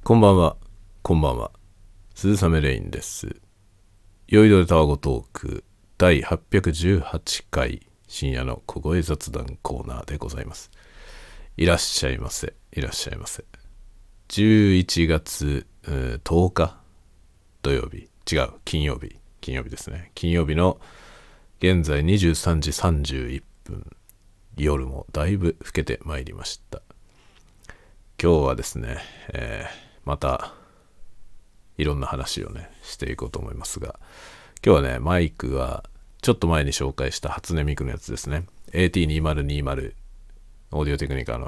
こんばんは、こんばんは。鈴雨レインです。酔いどれたわごトーク第818回深夜の小声雑談コーナーでございます。いらっしゃいませ、いらっしゃいませ。11月10日土曜日、違う、金曜日ですね。金曜日の現在23時31分、夜もだいぶ更けてまいりました。今日はですね、またいろんな話をねしていこうと思いますが、今日はねマイクはちょっと前に紹介した初音ミクのやつですね。 AT2020 オーディオテクニカの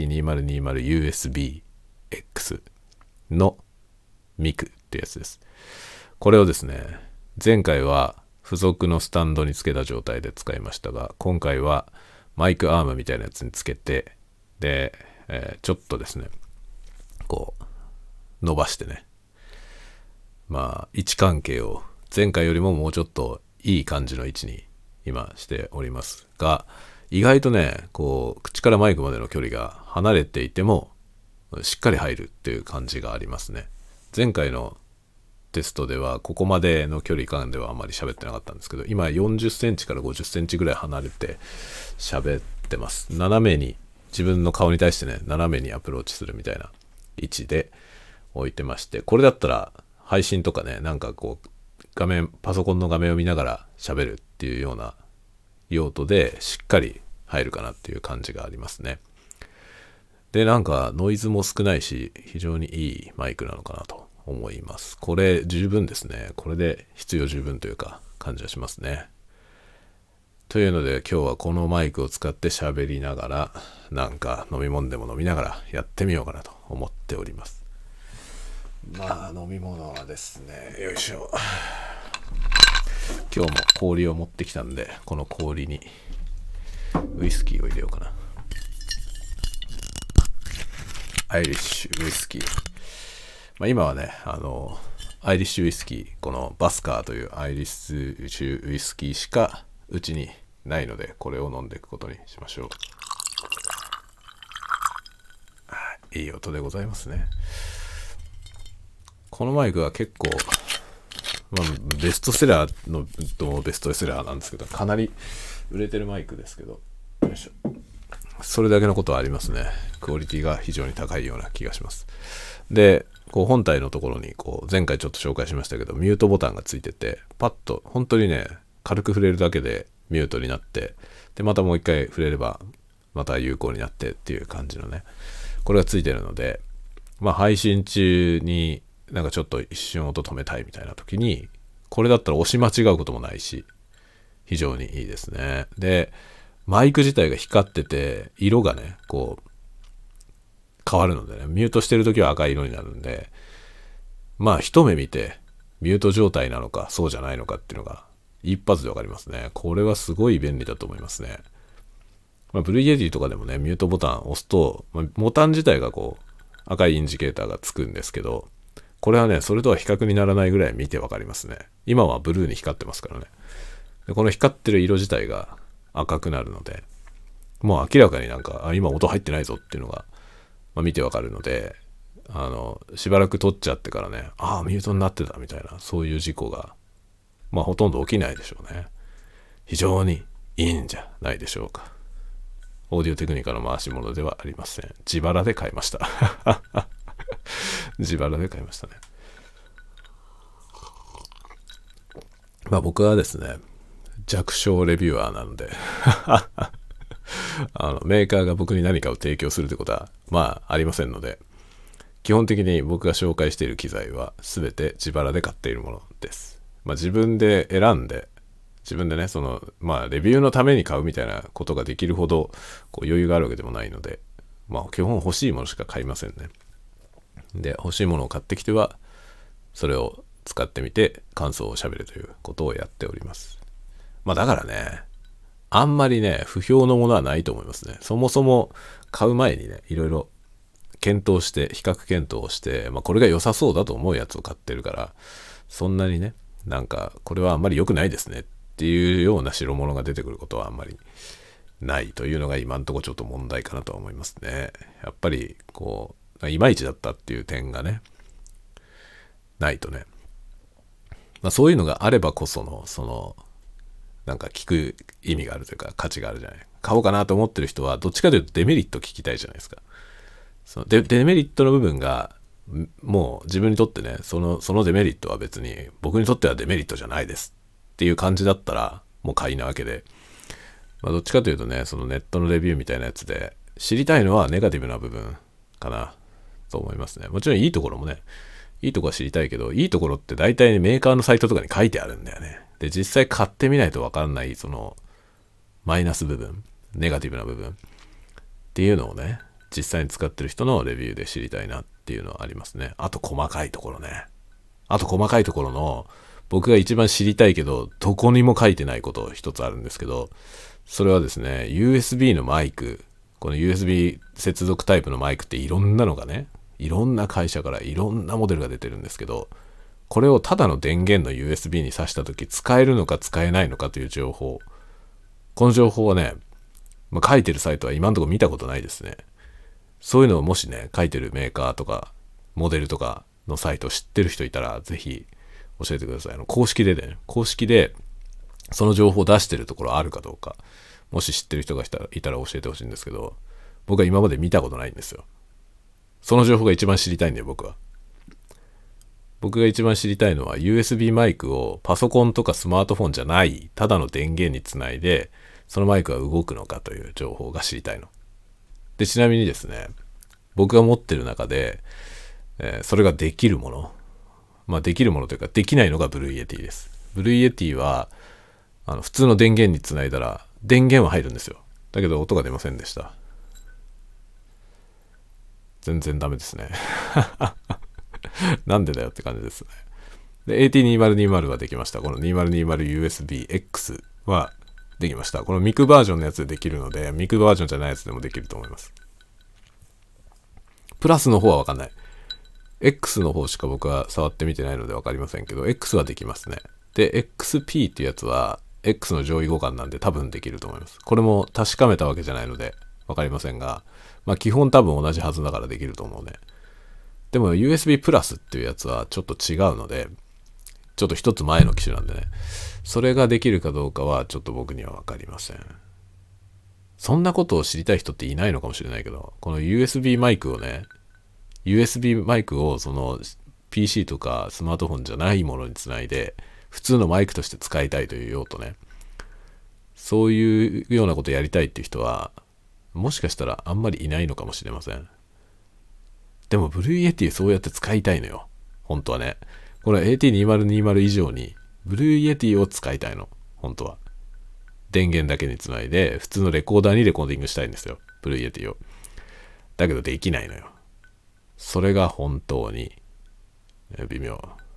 AT2020 USB-X のミクってやつです。これをですね、前回は付属のスタンドにつけた状態で使いましたが、今回はマイクアームみたいなやつにつけて、で、ちょっとですねこう伸ばしてね、位置関係を前回よりももうちょっといい感じの位置に今しておりますが、意外とねこう口からマイクまでの距離が離れていてもしっかり入るっていう感じがありますね。前回のテストではここまでの距離感ではあんまり喋ってなかったんですけど、今40センチから50センチぐらい離れて喋ってます。斜めに、自分の顔に対してね斜めにアプローチするみたいな位置で置いてまして、これだったら配信とかね、なんかこうパソコンの画面を見ながら喋るっていうような用途でしっかり入るかなっていう感じがありますね。で、なんかノイズも少ないし非常にいいマイクなのかなと思います。これ十分ですね。これで必要十分というか感じはしますね。というので今日はこのマイクを使って喋りながら、なんか飲み物でも飲みながらやってみようかなと思っております。飲み物はですね、よいしょ。今日も氷を持ってきたんで、この氷にウイスキーを入れようかな。アイリッシュウイスキー。今はね、アイリッシュウイスキー、このバスカーというアイリッシュウイスキーしかうちにないので、これを飲んでいくことにしましょう。いい音でございますね。このマイクは結構、ベストセラーのベストセラーなんですけど、かなり売れてるマイクですけど、よいしょ。それだけのことはありますね。クオリティが非常に高いような気がします。で、こう本体のところにこう前回ちょっと紹介しましたけど、ミュートボタンがついてて、パッと本当にね軽く触れるだけでミュートになって、でまたもう一回触れればまた有効になってっていう感じのね、これがついてるので、配信中になんかちょっと一瞬音止めたいみたいな時に、これだったら押し間違うこともないし、非常にいいですね。で、マイク自体が光ってて、色がね、こう、変わるのでね、ミュートしてる時は赤い色になるんで、一目見て、ミュート状態なのか、そうじゃないのかっていうのが、一発でわかりますね。これはすごい便利だと思いますね。ブルーイエティとかでもね、ミュートボタンを押すと、ボタン自体がこう、赤いインジケーターがつくんですけど、これはね、それとは比較にならないぐらい見てわかりますね。今はブルーに光ってますからね。でこの光ってる色自体が赤くなるので、もう明らかになんか、今音入ってないぞっていうのが、見てわかるので、しばらく撮っちゃってからね、ミュートになってたみたいな、そういう事故が、ほとんど起きないでしょうね。非常にいいんじゃないでしょうか。オーディオテクニカの回し物ではありません。自腹で買いました。自腹で買いましたね。僕はですね、弱小レビュアーなのでメーカーが僕に何かを提供するってことはありませんので、基本的に僕が紹介している機材は全て自腹で買っているものです。自分で選んで、自分でね、レビューのために買うみたいなことができるほどこう余裕があるわけでもないので、基本欲しいものしか買いませんね。で、欲しいものを買ってきてはそれを使ってみて感想を喋るということをやっております。だからね、あんまりね不評のものはないと思いますね。そもそも買う前にね、いろいろ検討して、比較検討をして、これが良さそうだと思うやつを買ってるから、そんなにね、なんかこれはあんまり良くないですねっていうような代物が出てくることはあんまりないというのが今んとこちょっと問題かなとは思いますね。やっぱりこういまいちだったっていう点がねないとね。そういうのがあればこその、なんか聞く意味があるというか価値があるじゃない。買おうかなと思ってる人はどっちかというとデメリット聞きたいじゃないですか。デメリットの部分がもう自分にとってね、そのデメリットは別に僕にとってはデメリットじゃないですっていう感じだったらもう買いなわけで、どっちかというとね、そのネットのレビューみたいなやつで知りたいのはネガティブな部分かなと思いますね。もちろんいいところもね、いいところは知りたいけど、いいところって大体メーカーのサイトとかに書いてあるんだよね。で、実際買ってみないと分かんないそのマイナス部分、ネガティブな部分っていうのをね、実際に使ってる人のレビューで知りたいなっていうのはありますね。あと細かいところね。あと細かいところの僕が一番知りたいけどどこにも書いてないこと一つあるんですけど、それはですね、 USB のマイク、この USB 接続タイプのマイクっていろんなのがね、いろんな会社からいろんなモデルが出てるんですけど、これをただの電源の USB に挿した時使えるのか使えないのかという情報、この情報はね、書いてるサイトは今のところ見たことないですね。そういうのをもしね、書いてるメーカーとかモデルとかのサイトを知ってる人いたらぜひ教えてください。公式でその情報を出してるところあるかどうか、もし知ってる人がいたら教えてほしいんですけど、僕は今まで見たことないんですよ。その情報が一番知りたいんだよ、僕が一番知りたいのは USB マイクをパソコンとかスマートフォンじゃないただの電源につないでそのマイクが動くのかという情報が知りたいので、ちなみにですね、僕が持ってる中で、それができるもの、できるものというかできないのがブルーイエティです。ブルーイエティは普通の電源につないだら電源は入るんですよ。だけど音が出ませんでした。全然ダメですね。なんでだよって感じですね。で、AT2020 はできました。この 2020USB-X はできました。このミクバージョンのやつでできるので、ミクバージョンじゃないやつでもできると思います。プラスの方はわかんない。X の方しか僕は触ってみてないのでわかりませんけど、X はできますね。で、XP っていうやつは X の上位互換なんで多分できると思います。これも確かめたわけじゃないのでわかりませんが、基本多分同じはずだからできると思うね。でも USB プラスっていうやつはちょっと違うので、ちょっと一つ前の機種なんでね、それができるかどうかはちょっと僕には分かりません。そんなことを知りたい人っていないのかもしれないけど、この USB マイクをその PC とかスマートフォンじゃないものにつないで普通のマイクとして使いたいという用途ね、そういうようなことやりたいっていう人はもしかしたらあんまりいないのかもしれません。でもブルーイエティそうやって使いたいのよ、本当はね。この AT2020 以上にブルーイエティを使いたいの、本当は。電源だけにつないで普通のレコーダーにレコーディングしたいんですよ、ブルーイエティを。だけどできないのよ。それが本当に微妙。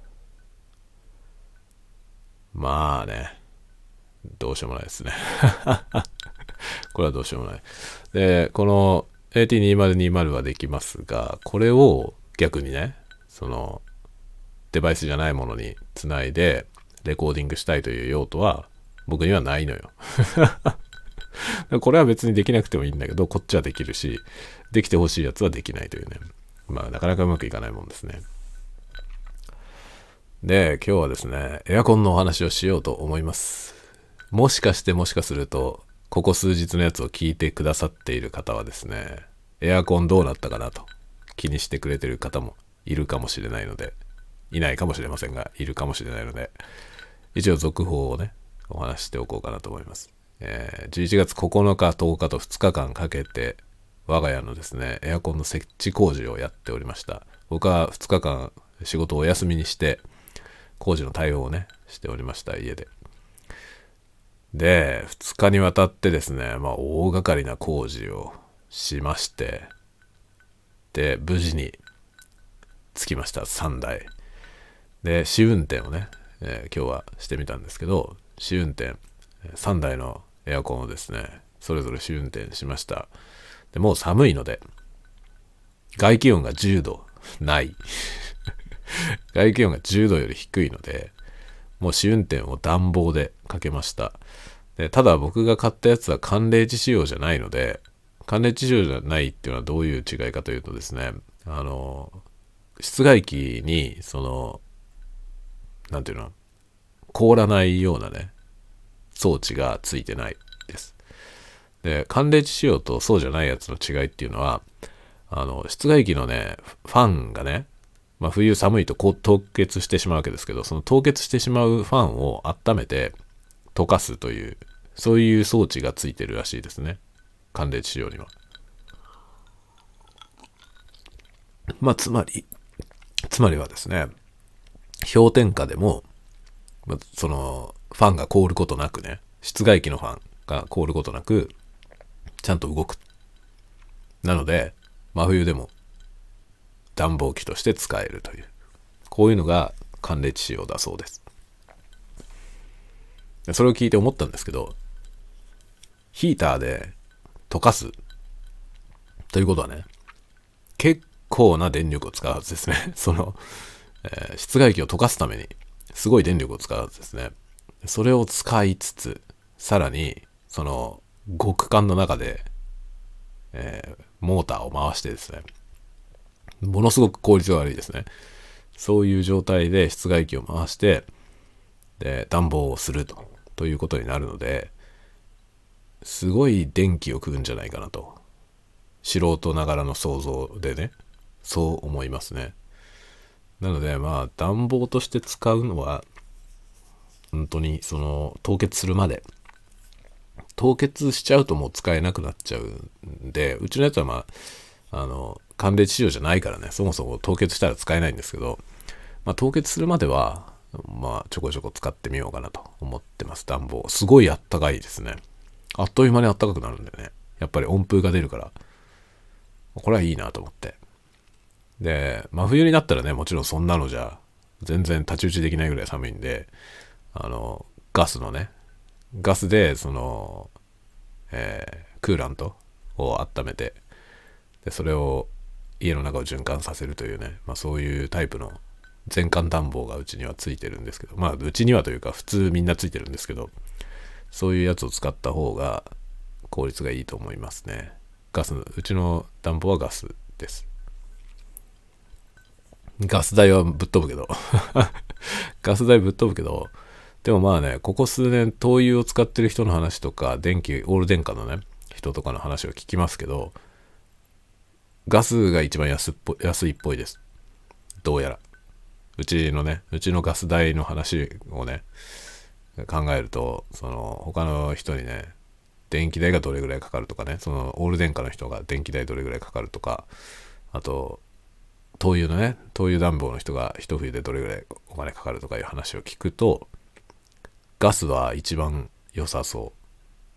まあね、どうしようもないですね。これはどうしようもない。で、この AT2020 はできますが、これを逆にね、そのデバイスじゃないものにつないでレコーディングしたいという用途は僕にはないのよ。これは別にできなくてもいいんだけど、こっちはできるし、できてほしいやつはできないというね。なかなかうまくいかないもんですね。で、今日はですね、エアコンのお話をしようと思います。もしかすると、ここ数日のやつを聞いてくださっている方はですね、エアコンどうなったかなと気にしてくれてる方もいるかもしれないので、いないかもしれませんが、いるかもしれないので、一応続報をね、お話ししておこうかなと思います。11月9日、10日と2日間かけて、我が家のですね、エアコンの設置工事をやっておりました。僕は2日間仕事をお休みにして、工事の対応をね、しておりました、家で。で、2日にわたってですね、大掛かりな工事をしまして、で、無事に着きました、3台。で、試運転をね、今日はしてみたんですけど、試運転、3台のエアコンをですね、それぞれ試運転しました。でもう寒いので、外気温が10度ない。外気温が10度より低いので、もう試運転を暖房でかけました。で、ただ僕が買ったやつは寒冷地仕様じゃないので、寒冷地仕様じゃないっていうのはどういう違いかというとですね、室外機にそのなんていうの、凍らないようなね、装置がついてないです。で、寒冷地仕様とそうじゃないやつの違いっていうのは、室外機のね、ファンがね、まあ冬寒いと凍結してしまうわけですけど、その凍結してしまうファンを温めて溶かすという、そういう装置がついてるらしいですね。寒冷地仕様には。まあつまりはですね、氷点下でも、そのファンが凍ることなくね、室外機のファンが凍ることなく、ちゃんと動く。なので、真冬でも暖房機として使えるという、こういうのが寒冷地仕様だそうです。それを聞いて思ったんですけど、ヒーターで溶かすということはね、結構な電力を使うはずですね。室外機を溶かすためにすごい電力を使うはずですね。それを使いつつ、さらにその極寒の中で、モーターを回してですね、ものすごく効率が悪いですね。そういう状態で室外機を回して、で暖房をするということになるので、すごい電気を食うんじゃないかなと、素人ながらの想像でね、そう思いますね。なのでまあ暖房として使うのは本当にその凍結するまで、凍結しちゃうともう使えなくなっちゃうんで、うちのやつはまあ寒冷地仕様じゃないからね、そもそも凍結したら使えないんですけど、まあ凍結するまではまあちょこちょこ使ってみようかなと思ってます。暖房すごいあったかいですね。あっという間にあったかくなるんでね、やっぱり温風が出るから、これはいいなと思って。で、真冬になったらね、もちろんそんなのじゃ全然太刀打ちできないぐらい寒いんで、ガスのね、ガスでクーラントを温めて、でそれを家の中を循環させるというね、まあそういうタイプの全館暖房がうちにはついてるんですけど、まあうちにはというか普通みんなついてるんですけど、そういうやつを使った方が効率がいいと思いますね。うちの暖房はガスです。ガス代はぶっ飛ぶけどガス代ぶっ飛ぶけど、でもまあね、ここ数年灯油を使ってる人の話とか、オール電化のね人とかの話を聞きますけど、ガスが一番安いっぽいです。どうやらうちのガス代の話をね考えると、その他の人にね、電気代がどれぐらいかかるとかね、そのオール電化の人が電気代どれぐらいかかるとか、あと灯油暖房の人が一冬でどれぐらいお金かかるとかいう話を聞くと、ガスは一番良さそう。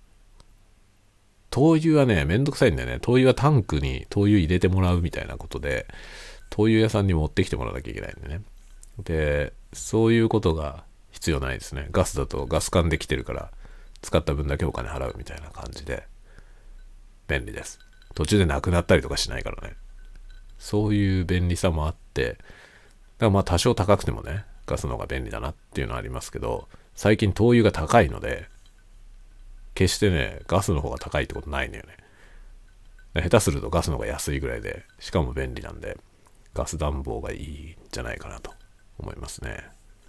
灯油はね、めんどくさいんだよね。灯油はタンクに灯油入れてもらうみたいなことで、灯油屋さんに持ってきてもらわなきゃいけないんでね。で、そういうことが必要ないですね。ガスだとガス管で来てるから、使った分だけお金払うみたいな感じで、便利です。途中でなくなったりとかしないからね。そういう便利さもあって、だからまあ多少高くてもね、ガスの方が便利だなっていうのはありますけど、最近灯油が高いので、決してね、ガスの方が高いってことないんだよね。下手するとガスの方が安いぐらいで、しかも便利なんで、ガス暖房がいいんじゃないかなと思いますね。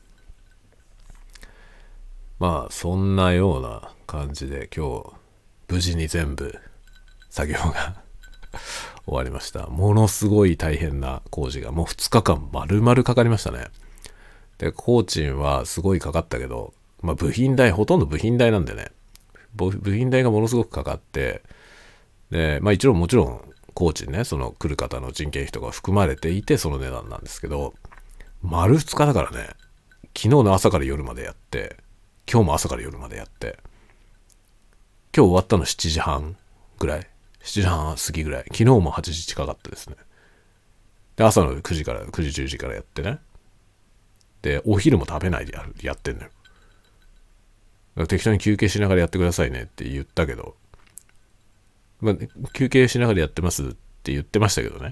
まあそんなような感じで今日無事に全部作業が終わりました。ものすごい大変な工事がもう2日間丸々かかりましたね。で、工賃はすごいかかったけど、まあほとんど部品代なんでね、部品代がものすごくかかって、で、まあもちろん工賃ね、その来る方の人件費とか含まれていてその値段なんですけど、丸2日だからね、昨日の朝から夜までやって、今日も朝から夜までやって、今日終わったの7時半ぐらい、7時半過ぎぐらい、昨日も8時近かったですね。で、朝の9時10時からやってね、でお昼も食べないでやってんのよ。だから適当に休憩しながらやってくださいねって言ったけど、まあ、休憩しながらやってますって言ってましたけどね、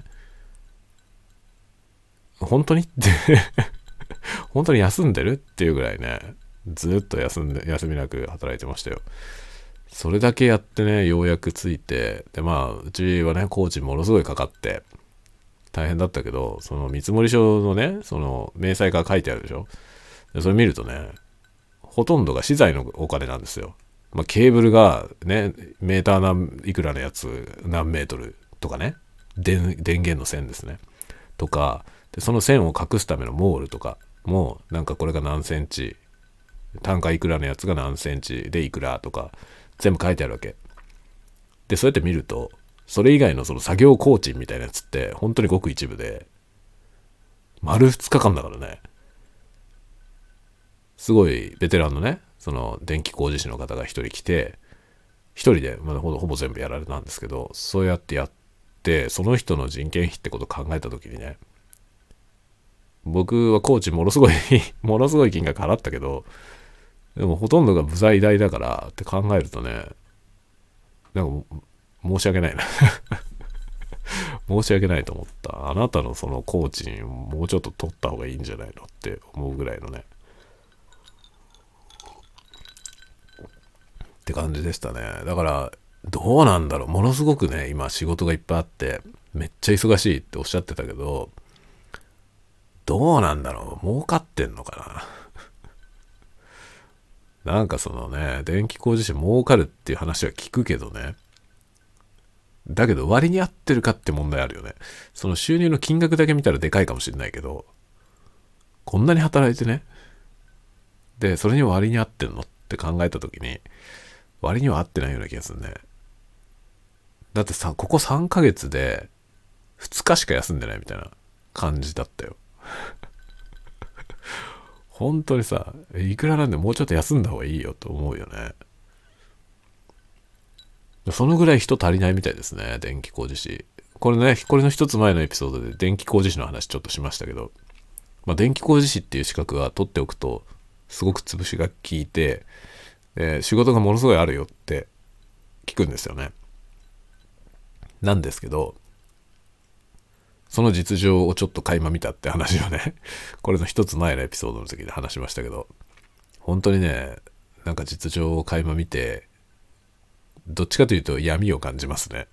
本当にって本当に休んでるっていうぐらいね、ずっと休みなく働いてましたよ。それだけやってね、ようやくついて、でまあうちはね、工賃ものすごいかかって大変だったけど、その見積書のね、その明細が書いてあるでしょ。 でそれ見るとね、ほとんどが資材のお金なんですよ。まあ、ケーブルがね、メーターいくらのやつ何メートルとかね、電源の線ですね。とか、でその線を隠すためのモールとかも、なんかこれが何センチ、単価いくらのやつが何センチでいくらとか、全部書いてあるわけ。で、そうやって見ると、それ以外のその作業工賃みたいなやつって、本当にごく一部で、丸2日間だからね。すごいベテランのね、その電気工事士の方が一人来て、一人で、まあ、ほぼ全部やられたんですけど、そうやってやって、その人の人件費ってことを考えたときにね、僕は工賃ものすごいものすごい金額払ったけど、でもほとんどが部材代だからって考えるとね、なんか申し訳ないな申し訳ないと思った。あなたのその工賃もうちょっと取った方がいいんじゃないのって思うぐらいのね。って感じでしたね。だから、どうなんだろう。ものすごくね、今仕事がいっぱいあって、めっちゃ忙しいっておっしゃってたけど、どうなんだろう。儲かってんのかな。なんかそのね、電気工事士儲かるっていう話は聞くけどね。だけど割に合ってるかって問題あるよね。その収入の金額だけ見たらでかいかもしれないけど、こんなに働いてね。で、それに割に合ってんのって考えたときに、割には合ってないような気がするね。だってさ、ここ3ヶ月で2日しか休んでないみたいな感じだったよ。本当にさ、いくらなんでもうちょっと休んだ方がいいよと思うよね。そのぐらい人足りないみたいですね、電気工事士。これね、これの一つ前のエピソードで電気工事士の話ちょっとしましたけど、まあ、電気工事士っていう資格は取っておくと、すごく潰しが効いて、仕事がものすごいあるよって聞くんですよね。なんですけど、その実情をちょっと垣間見たって話をね、これの一つ前のエピソードの時で話しましたけど、本当にね、なんか実情を垣間見て、どっちかというと闇を感じますね。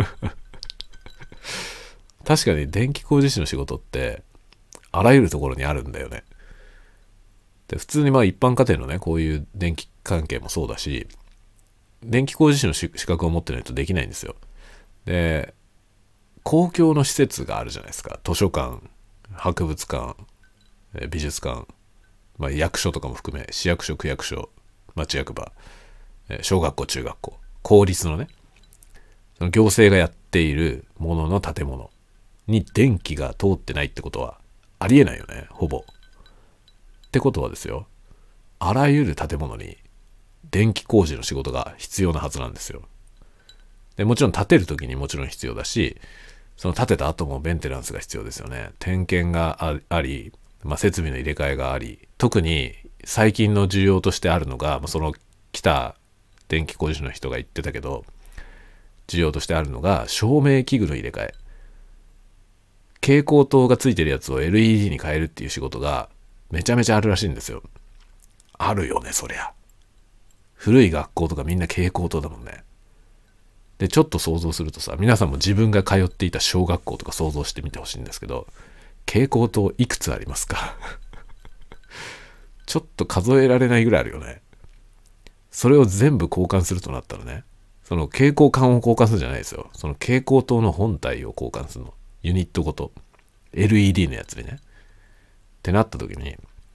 確かに電気工事士の仕事ってあらゆるところにあるんだよね。で、普通にまあ一般家庭のね、こういう電気関係もそうだし、電気工事士の資格を持ってないとできないんですよ。で、公共の施設があるじゃないですか。図書館、博物館、美術館、まあ、役所とかも含め、市役所、区役所、町役場、小学校、中学校、公立のね、その行政がやっているものの建物に電気が通ってないってことはありえないよね、ほぼ。ってことはですよ、あらゆる建物に電気工事の仕事が必要なはずなんですよ。でもちろん建てるときにもちろん必要だし、その建てた後もメンテナンスが必要ですよね。点検があり、まあ、設備の入れ替えがあり、特に最近の需要としてあるのが、その来た電気工事の人が言ってたけど、需要としてあるのが照明器具の入れ替え。蛍光灯がついてるやつを LED に変えるっていう仕事がめちゃめちゃあるらしいんですよ。あるよね、そりゃ。古い学校とかみんな蛍光灯だもんね。で、ちょっと想像するとさ、皆さんも自分が通っていた小学校とか想像してみてほしいんですけど、蛍光灯いくつありますか？ちょっと数えられないぐらいあるよね。それを全部交換するとなったらね、その蛍光管を交換するんじゃないですよ。その蛍光灯の本体を交換するの。ユニットごと。LED のやつでね。ってなった時に、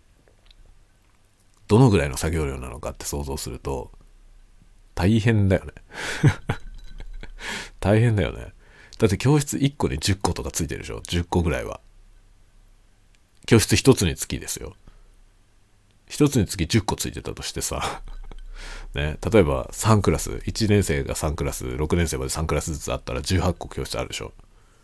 どのぐらいの作業量なのかって想像すると、大変だよね。大変だよね。だって教室1個に10個とかついてるでしょ。10個ぐらいは。教室1つにつきですよ。1つにつき10個ついてたとしてさ、ね、例えば3クラス、1年生が3クラス、6年生まで3クラスずつあったら18個教室あるでしょ。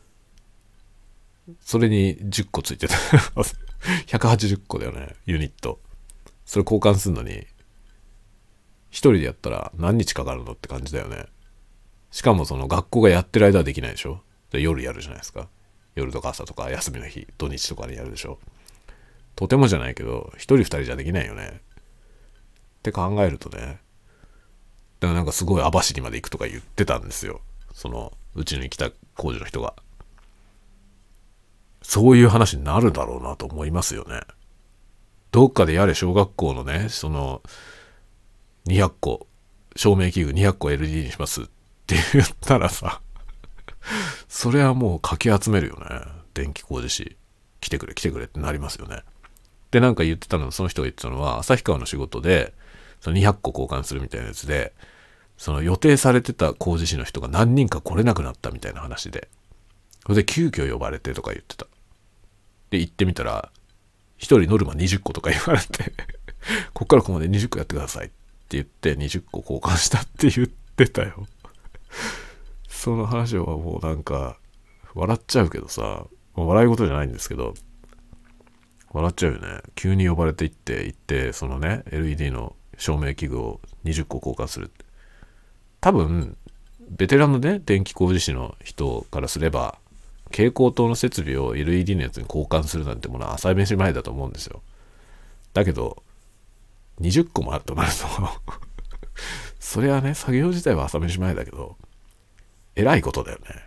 それに10個ついてた。180個だよね、ユニット。それ交換するのに、1人でやったら何日かかるのって感じだよね。しかもその学校がやってる間はできないでしょ。で夜やるじゃないですか。夜とか朝とか休みの日、土日とかにやるでしょ。とてもじゃないけど、一人二人じゃできないよね。って考えるとね。だからなんかすごい網走まで行くとか言ってたんですよ。その、うちに来た工事の人が。そういう話になるだろうなと思いますよね。 どっかでやれ小学校のね、その200個、照明器具200個 LED にしますって言ったらさ、それはもうかき集めるよね。電気工事士。来てくれ来てくれってなりますよね。で、なんか言ってたの、その人が言ってたのは、旭川の仕事で、その200個交換するみたいなやつで、その予定されてた工事士の人が何人か来れなくなったみたいな話で、それで急遽呼ばれてとか言ってた。で、行ってみたら、一人ノルマ20個とか言われてこっからここまで20個やってくださいって言って20個交換したって言ってたよ。その話はもうなんか笑っちゃうけどさ、笑い事じゃないんですけど、笑っちゃうよね。急に呼ばれて行ってそのね LED の照明器具を20個交換する。多分ベテランのね電気工事士の人からすれば、蛍光灯の設備を LED のやつに交換するなんてものは朝飯前だと思うんですよ。だけど20個もあるとなるとそれはね、作業自体は朝飯前だけどえらいことだよね。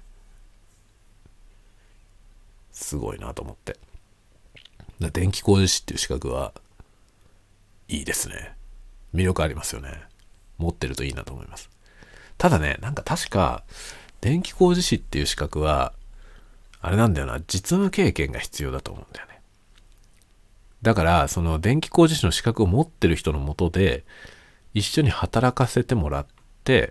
すごいなと思って。電気工事士っていう資格はいいですね。魅力ありますよね。持ってるといいなと思います。ただね、なんか確か電気工事士っていう資格はあれなんだよな、実務経験が必要だと思うんだよね。だからその電気工事士の資格を持ってる人のもとで一緒に働かせてもらって、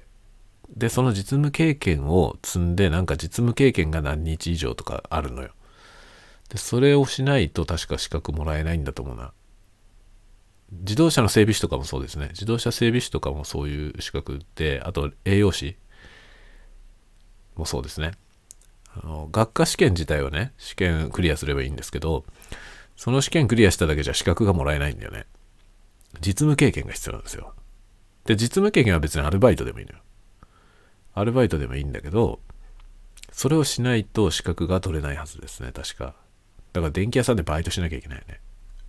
でその実務経験を積んで、なんか実務経験が何日以上とかあるのよ。でそれをしないと確か資格もらえないんだと思うな。自動車の整備士とかもそうですね。自動車整備士とかもそういう資格で、あと栄養士もそうですね。学科試験自体はね、試験クリアすればいいんですけど、その試験クリアしただけじゃ資格がもらえないんだよね。実務経験が必要なんですよ。で、実務経験は別にアルバイトでもいいのよ。アルバイトでもいいんだけど、それをしないと資格が取れないはずですね、確か。だから電気屋さんでバイトしなきゃいけないよね。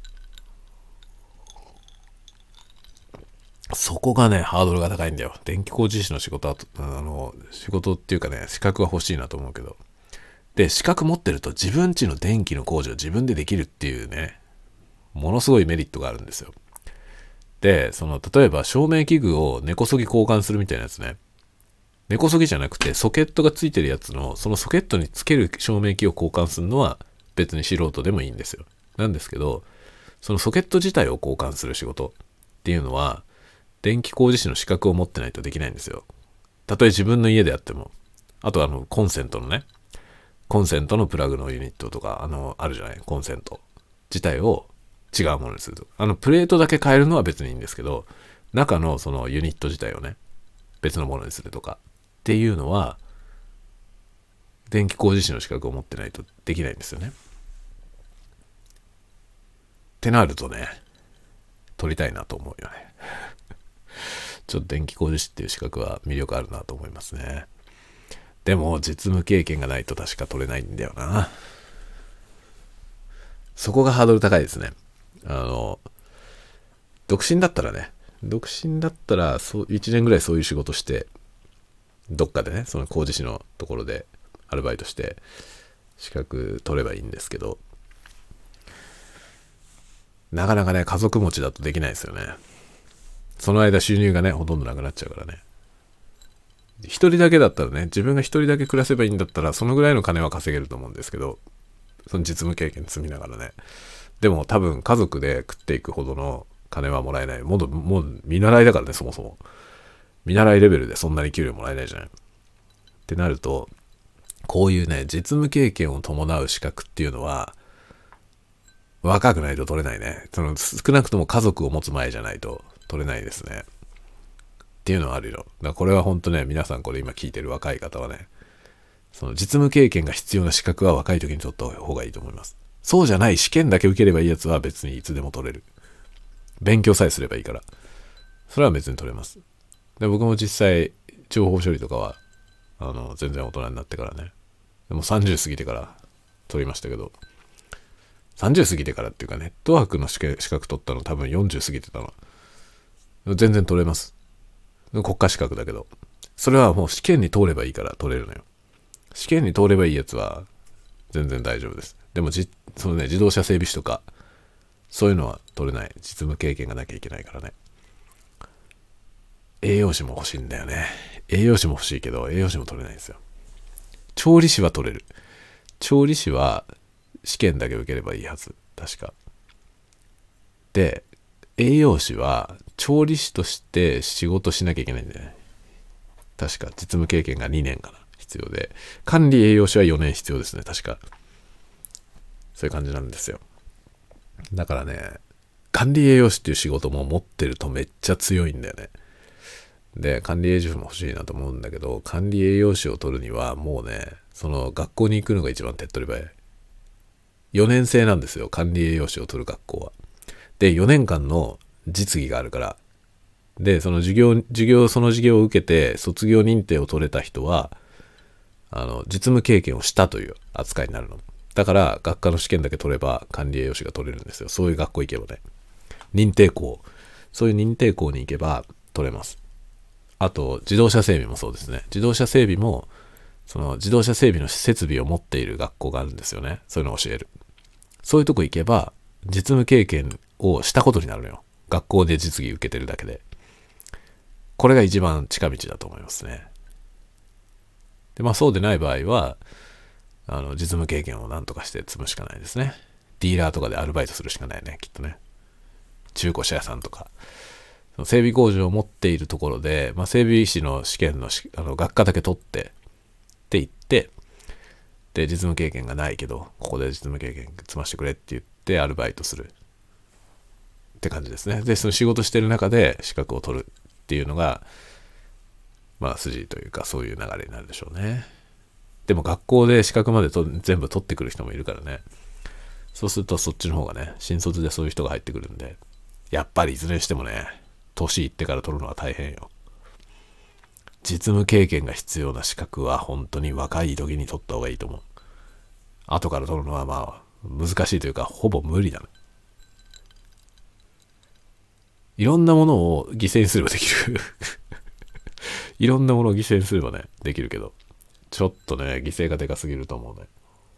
そこがね、ハードルが高いんだよ。電気工事士の仕事は、仕事っていうかね、資格は欲しいなと思うけど。で、資格持ってると自分家の電気の工事を自分でできるっていうね、ものすごいメリットがあるんですよ。で、例えば照明器具を根こそぎ交換するみたいなやつね。根こそぎじゃなくて、ソケットがついてるやつの、そのソケットにつける照明器を交換するのは別に素人でもいいんですよ。なんですけど、そのソケット自体を交換する仕事っていうのは、電気工事士の資格を持ってないとできないんですよ。たとえ自分の家であっても。あとコンセントのね、コンセントのプラグのユニットとか、あるじゃない、コンセント自体を違うものにすると。プレートだけ変えるのは別にいいんですけど、中のそのユニット自体をね、別のものにするとかっていうのは、電気工事士の資格を持ってないとできないんですよね。ってなるとね、取りたいなと思うよね。ちょっと電気工事士っていう資格は魅力あるなと思いますね。でも実務経験がないと確か取れないんだよな。そこがハードル高いですね。独身だったらそう1年ぐらいそういう仕事して、どっかでね、その工事士のところでアルバイトして資格取ればいいんですけど、なかなかね、家族持ちだとできないですよね。その間収入がね、ほとんどなくなっちゃうからね。一人だけだったらね、自分が一人だけ暮らせばいいんだったら、そのぐらいの金は稼げると思うんですけど、その実務経験積みながらね。でも多分家族で食っていくほどの金はもらえない。もう見習いだからね、そもそも。見習いレベルでそんなに給料もらえないじゃない。ってなると、こういうね、実務経験を伴う資格っていうのは、若くないと取れないね。少なくとも家族を持つ前じゃないと取れないですね。っていうのはあるよ。だからこれは本当ね、皆さんこれ今聞いてる若い方はね、その実務経験が必要な資格は若い時に取った方がいいと思います。そうじゃない試験だけ受ければいいやつは別にいつでも取れる。勉強さえすればいいから。それは別に取れます。で、僕も実際、情報処理とかは、全然大人になってからね。でも30過ぎてから取りましたけど、30過ぎてからっていうか、ネットワークの資格取ったの多分40過ぎてたの。全然取れます。国家資格だけど。それはもう試験に通ればいいから取れるのよ。試験に通ればいいやつは全然大丈夫です。でもそのね、自動車整備士とか、 そういうのは取れない。実務経験がなきゃいけないからね。栄養士も欲しいんだよね。栄養士も欲しいけど、栄養士も取れないんですよ。調理師は取れる。調理師は試験だけ受ければいいはず。確か。で、栄養士は調理師として仕事しなきゃいけないんだよね。確か実務経験が2年かな必要で、管理栄養士は4年必要ですね。確か。そういう感じなんですよ。だからね、管理栄養士っていう仕事も持ってるとめっちゃ強いんだよね。で、管理栄養士も欲しいなと思うんだけど、管理栄養士を取るにはもうね、その学校に行くのが一番手っ取り早い。4年生なんですよ、管理栄養士を取る学校は。で、4年間の実技があるから。で、その授業を受けて卒業認定を取れた人は、実務経験をしたという扱いになるの。だから、学科の試験だけ取れば管理栄養士が取れるんですよ。そういう学校行けばね。そういう認定校に行けば取れます。あと、自動車整備もそうですね。自動車整備も、その自動車整備の設備を持っている学校があるんですよね。そういうのを教える。そういうとこ行けば、実務経験をしたことになるのよ。学校で実技受けてるだけで。これが一番近道だと思いますね。で、まあそうでない場合は、実務経験を何とかして積むしかないですね。ディーラーとかでアルバイトするしかないね、きっとね。中古車屋さんとか。整備工場を持っているところで、まあ、整備士の試験の学科だけ取ってって言って、で、実務経験がないけど、ここで実務経験積ましてくれって言ってアルバイトするって感じですね。で、その仕事してる中で資格を取るっていうのが、まあ筋というかそういう流れになるでしょうね。でも学校で資格まで全部取ってくる人もいるからね。そうするとそっちの方がね、新卒でそういう人が入ってくるんで、やっぱりいずれにしてもね、年いってから取るのは大変よ。実務経験が必要な資格は本当に若い時に取った方がいいと思う。後から取るのはまあ難しいというかほぼ無理だね。いろんなものを犠牲にすればできる。いろんなものを犠牲にすればね、できるけど、ちょっとね、犠牲がでかすぎると思うね。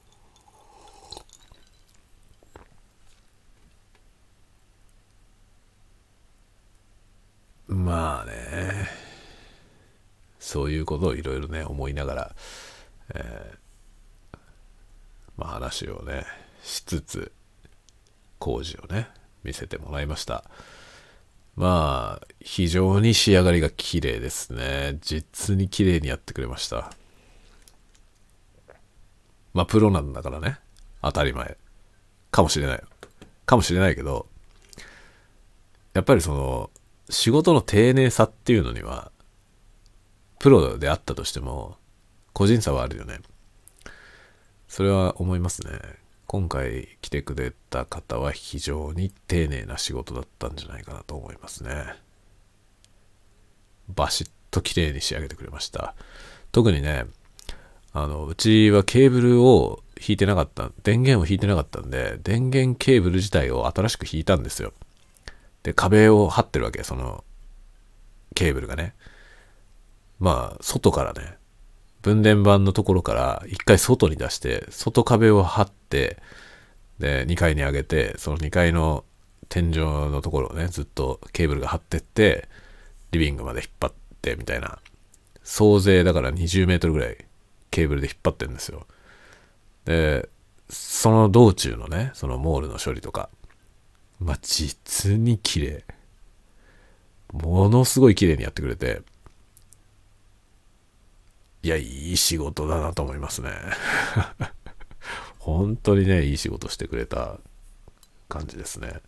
まあね、そういうことをいろいろね、思いながら、まあ話をね、しつつ、工事をね、見せてもらいました。まあ、非常に仕上がりが綺麗ですね。実に綺麗にやってくれました。まあ、プロなんだからね。当たり前。かもしれない。かもしれないけど、やっぱりその、仕事の丁寧さっていうのには、プロであったとしても、個人差はあるよね。それは思いますね。今回来てくれた方は非常に丁寧な仕事だったんじゃないかなと思いますね。バシッと綺麗に仕上げてくれました。特にね、うちはケーブルを引いてなかった、電源を引いてなかったんで、電源ケーブル自体を新しく引いたんですよ。で、壁を張ってるわけ、そのケーブルがね。まあ、外からね、分電盤のところから一回外に出して、外壁を張って、で、2階に上げて、その2階の天井のところをね、ずっとケーブルが張ってって、リビングまで引っ張ってみたいな。総勢だから20メートルぐらいケーブルで引っ張ってるんですよ。で、その道中のね、そのモールの処理とか、まあ、実に綺麗。ものすごい綺麗にやってくれて、いや、いい仕事だなと思いますね。本当にね、いい仕事してくれた感じですね。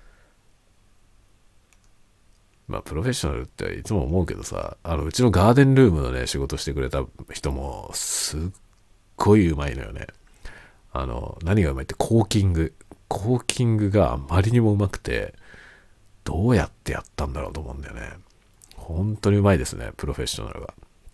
まあ、プロフェッショナルっていつも思うけどさ、うちのガーデンルームのね、仕事してくれた人も、すっごいうまいのよね。何がうまいってコーキング。コーキングがあまりにもうまくて、どうやってやったんだろうと思うんだよね。本当にうまいですね、プロフェッショナルが。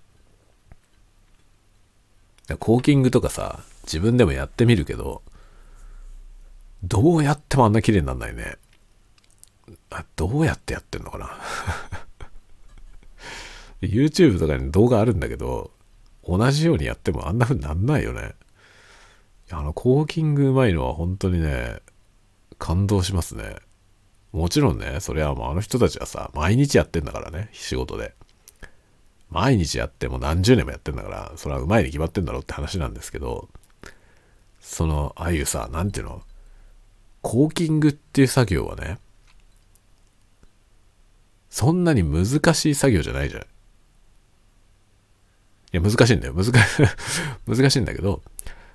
コーキングとかさ、自分でもやってみるけど、どうやってもあんな綺麗になんないね。どうやってやってんのかな。YouTube とかに動画あるんだけど、同じようにやってもあんな風になんないよね。コーキングうまいのは本当にね、 感動しますね。もちろんね、それはもうあの人たちはさ、毎日やってんだからね、仕事で。毎日やってもう何十年もやってんだから、それはうまいに決まってんだろうって話なんですけど、ああいうさ、なんていうの、コーキングっていう作業はね、そんなに難しい作業じゃないじゃん。いや、難しいんだよ。難しいんだけど、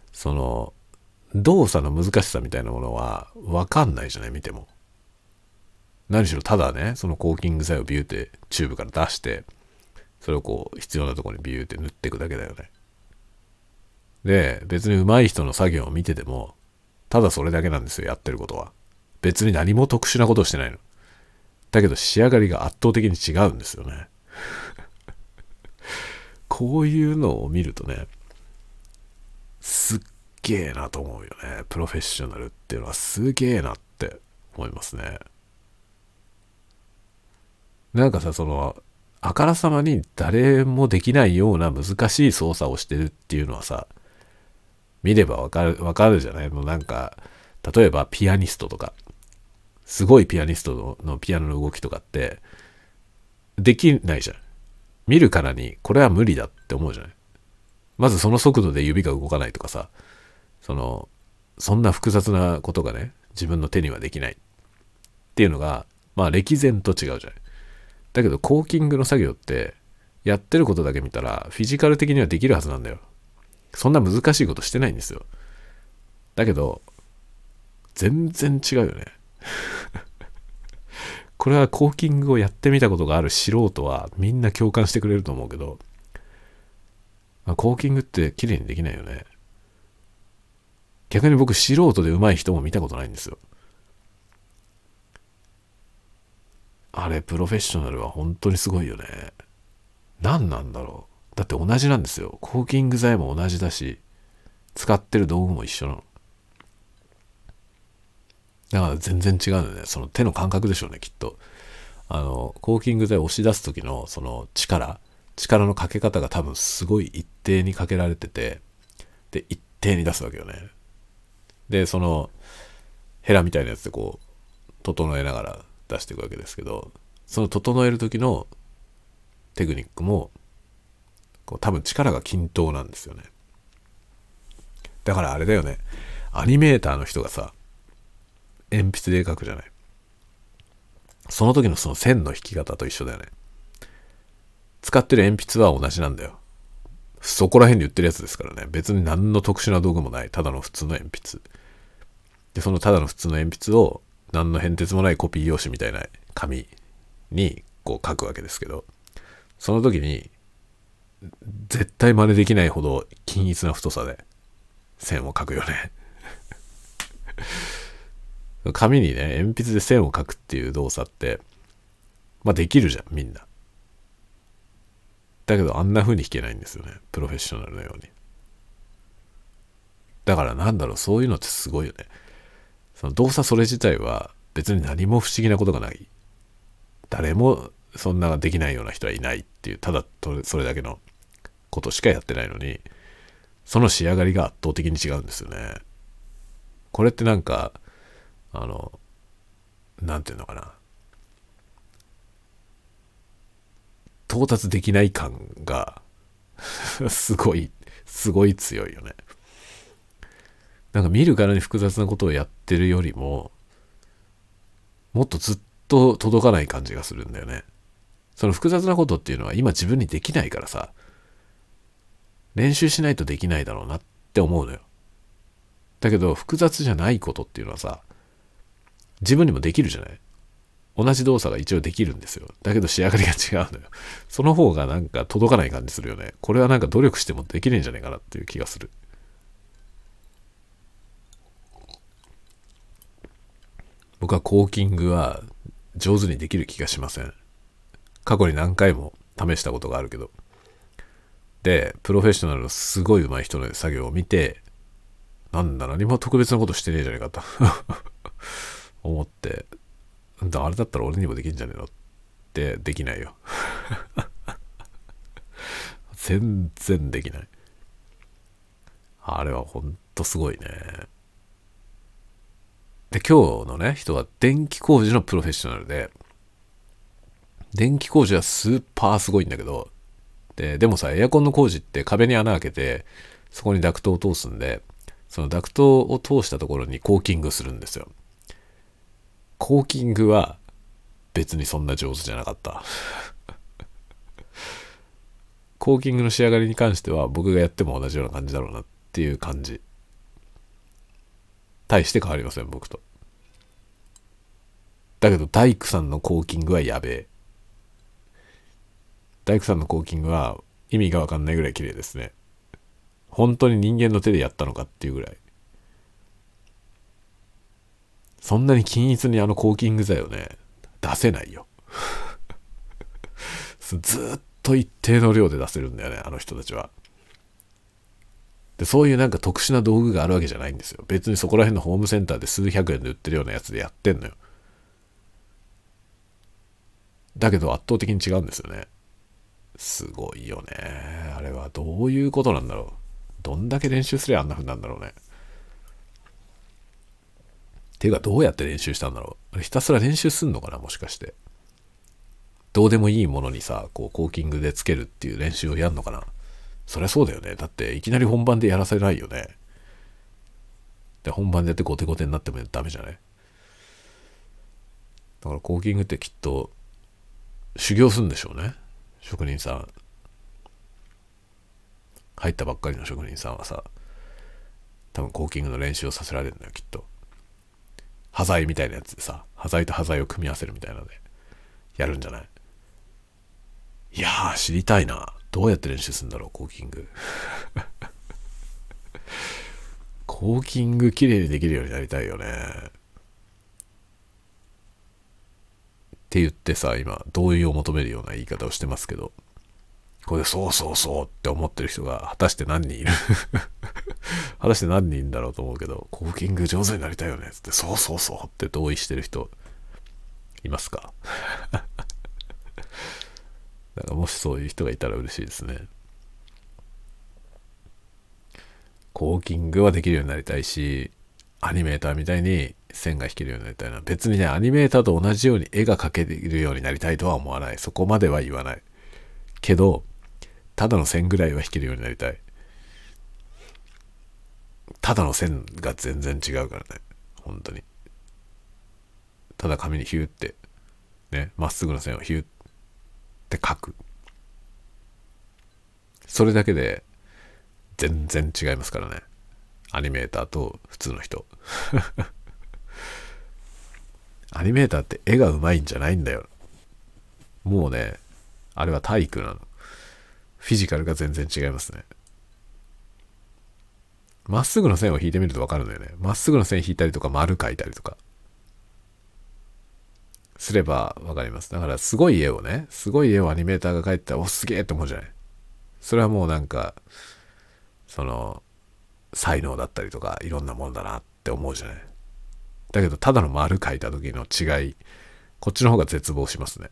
動作の難しさみたいなものは分かんないじゃない、見ても。何しろただね、そのコーキング剤をビューってチューブから出して、それをこう必要なところにビューって塗っていくだけだよね。で、別に上手い人の作業を見てても、ただそれだけなんですよ、やってることは。別に何も特殊なことをしてないの。だけど仕上がりが圧倒的に違うんですよね。こういうのを見るとね、すっげえなと思うよね。プロフェッショナルっていうのはすげえなって思いますね。なんかさ、あからさまに誰もできないような難しい操作をしてるっていうのはさ、見ればわかるじゃない。もうなんか、例えばピアニストとか、すごいピアニストのピアノの動きとかって、できないじゃん。見るからに、これは無理だって思うじゃない。まずその速度で指が動かないとかさ、そんな複雑なことがね、自分の手にはできないっていうのが、まあ歴然と違うじゃない。だけど、コーキングの作業って、やってることだけ見たら、フィジカル的にはできるはずなんだよ。そんな難しいことしてないんですよ。だけど、全然違うよね。これはコーキングをやってみたことがある素人はみんな共感してくれると思うけど、コーキングって綺麗にできないよね。逆に僕素人で上手い人も見たことないんですよ。あれプロフェッショナルは本当にすごいよね。何なんだろう。だって同じなんですよ。コーキング剤も同じだし、使ってる道具も一緒なの。だから全然違うのね。その手の感覚でしょうね、きっと。コーキング剤を押し出す時のその力のかけ方が多分すごい一定にかけられてて、で、一定に出すわけよね。で、ヘラみたいなやつでこう、整えながら出していくわけですけど、その整える時のテクニックも、こう多分力が均等なんですよね。だからあれだよね。アニメーターの人がさ、鉛筆で描くじゃない。その時のその線の引き方と一緒だよね。使ってる鉛筆は同じなんだよ。そこら辺に売ってるやつですからね。別に何の特殊な道具もない。ただの普通の鉛筆。で、そのただの普通の鉛筆を何の変哲もないコピー用紙みたいな紙にこう書くわけですけど、その時に絶対真似できないほど均一な太さで線を書くよね。紙にね、鉛筆で線を書くっていう動作って、まあできるじゃん、みんな。だけどあんな風に弾けないんですよね。プロフェッショナルのように。だからなんだろう、そういうのってすごいよね。その動作それ自体は別に何も不思議なことがない。誰もそんなできないような人はいないっていう、ただそれだけのことしかやってないのに、その仕上がりが圧倒的に違うんですよね。これってなんか、なんていうのかな。到達できない感がすごい、すごい強いよね。なんか見るからに複雑なことをやってるよりも、もっとずっと届かない感じがするんだよね。その複雑なことっていうのは今自分にできないからさ、練習しないとできないだろうなって思うのよ。だけど複雑じゃないことっていうのはさ、自分にもできるじゃない。同じ動作が一応できるんですよ。だけど仕上がりが違うのよ。その方がなんか届かない感じするよね。これはなんか努力してもできねえんじゃないかなっていう気がする。僕はコーキングは上手にできる気がしません。過去に何回も試したことがあるけど。で、プロフェッショナルのすごい上手い人の作業を見て、なんだ何も特別なことしてねえじゃないかと思って、あれだったら俺にもできんじゃねえのってできないよ。全然できない。あれはほんとすごいね。 で、今日のね、人は電気工事のプロフェッショナルで、電気工事はスーパーすごいんだけど、でもさ、エアコンの工事って壁に穴開けて、そこにダクトを通すんで、そのダクトを通したところにコーキングするんですよ。コーキングは別にそんな上手じゃなかった。コーキングの仕上がりに関しては僕がやっても同じような感じだろうなっていう感じ。大して変わりません、僕と。だけど大工さんのコーキングはやべえ。大工さんのコーキングは意味がわかんないぐらい綺麗ですね。本当に人間の手でやったのかっていうぐらい。そんなに均一にコーキング剤をね、出せないよ。ずっと一定の量で出せるんだよね、あの人たちは。で、そういうなんか特殊な道具があるわけじゃないんですよ。別にそこら辺のホームセンターで数百円で売ってるようなやつでやってんのよ。だけど圧倒的に違うんですよね。すごいよね。あれはどういうことなんだろう。どんだけ練習すりゃあんな風なんだろうね。ていうかどうやって練習したんだろう。あれひたすら練習すんのかな、もしかして。どうでもいいものにさ、こうコーキングでつけるっていう練習をやんのかな。そりゃそうだよね。だっていきなり本番でやらせないよね。で、本番でやってゴテゴテになってもダメじゃない。だからコーキングってきっと修行するんでしょうね。職人さん。入ったばっかりの職人さんはさ、多分コーキングの練習をさせられるんだよ、きっと。端材みたいなやつでさ、端材と端材を組み合わせるみたいなのでやるんじゃない。いやー、知りたいな。どうやって練習するんだろう、コーキング。コーキング綺麗にできるようになりたいよね。って言ってさ、今同意を求めるような言い方をしてますけど、これでそうそうそうって思ってる人が果たして何人いる。果たして何人いるんだろうと思うけど、コーキング上手になりたいよねっつって、そうそうそうって同意してる人いますか？だからもしそういう人がいたら嬉しいですね。コーキングはできるようになりたいし、アニメーターみたいに線が引けるようになりたいな。別にね、アニメーターと同じように絵が描けるようになりたいとは思わない。そこまでは言わない。けど、ただの線ぐらいは引けるようになりたい。ただの線が全然違うからね。本当に。ただ紙にヒューって、ね、まっすぐの線をヒューって描く。それだけで全然違いますからね。アニメーターと普通の人。アニメーターって絵が上手いんじゃないんだよ。もうね、あれは体育なの。フィジカルが全然違いますね。まっすぐの線を引いてみると分かるんだよね。まっすぐの線引いたりとか丸描いたりとかすれば分かります。だからすごい絵をね、すごい絵をアニメーターが描いてたら、お、すげえって思うじゃない。それはもうなんか、その、才能だったりとか、いろんなもんだなって思うじゃない。だけど、ただの丸描いた時の違い、こっちの方が絶望しますね。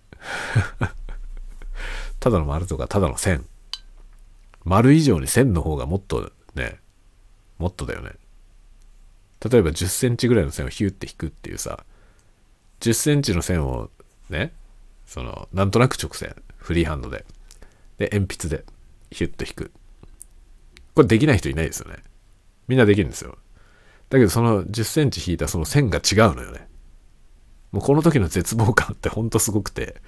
ただの丸とか、ただの線。丸以上に線の方がもっとね、もっとだよね。例えば10センチぐらいの線をヒュッて引くっていうさ、10センチの線をね、その、なんとなく直線、フリーハンドで、で、鉛筆でヒュッと引く。これできない人いないですよね。みんなできるんですよ。だけどその10センチ引いたその線が違うのよね。もうこの時の絶望感ってほんとすごくて、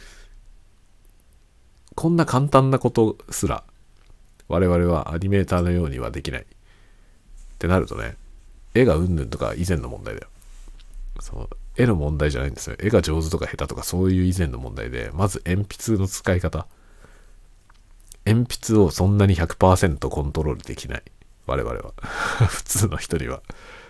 こんな簡単なことすら我々はアニメーターのようにはできないってなるとね、絵がうんぬんとか以前の問題だよ。その絵の問題じゃないんですよ。絵が上手とか下手とかそういう以前の問題で、まず鉛筆の使い方。鉛筆をそんなに 100% コントロールできない。我々は。普通の人には。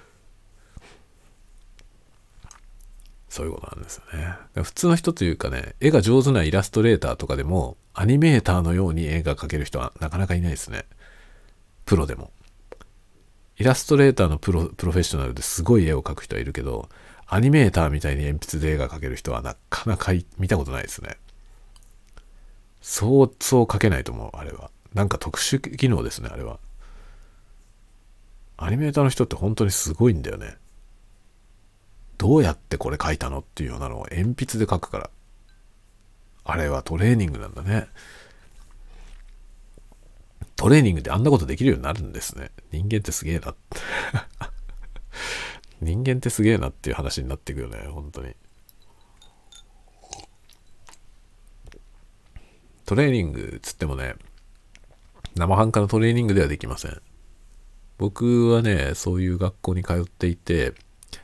そういうことなんですよね。普通の人というかね、絵が上手なイラストレーターとかでも、アニメーターのように絵が描ける人はなかなかいないですね。プロでも。イラストレーターのプロフェッショナルですごい絵を描く人はいるけど、アニメーターみたいに鉛筆で絵が描ける人はなかなか見たことないですね。そうそう描けないと思う、あれは。なんか特殊技能ですね、あれは。アニメーターの人って本当にすごいんだよね。 どうやってこれ書いたのっていうようなのを鉛筆で書くから。あれはトレーニングなんだね。トレーニングであんなことできるようになるんですね。人間ってすげえな。人間ってすげえなっていう話になっていくよね、本当に。トレーニングつってもね、生半可なトレーニングではできません。僕はね、そういう学校に通っていて、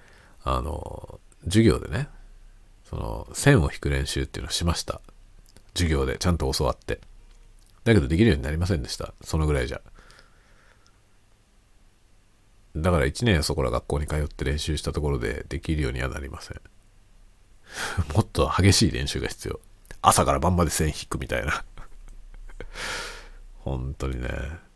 授業でね、その線を引く練習っていうのをしました。授業でちゃんと教わって。だけどできるようになりませんでした。そのぐらいじゃ。だから1年そこら学校に通って練習したところでできるようにはなりません。もっと激しい練習が必要。朝から晩まで線引くみたいな。本当にね。だ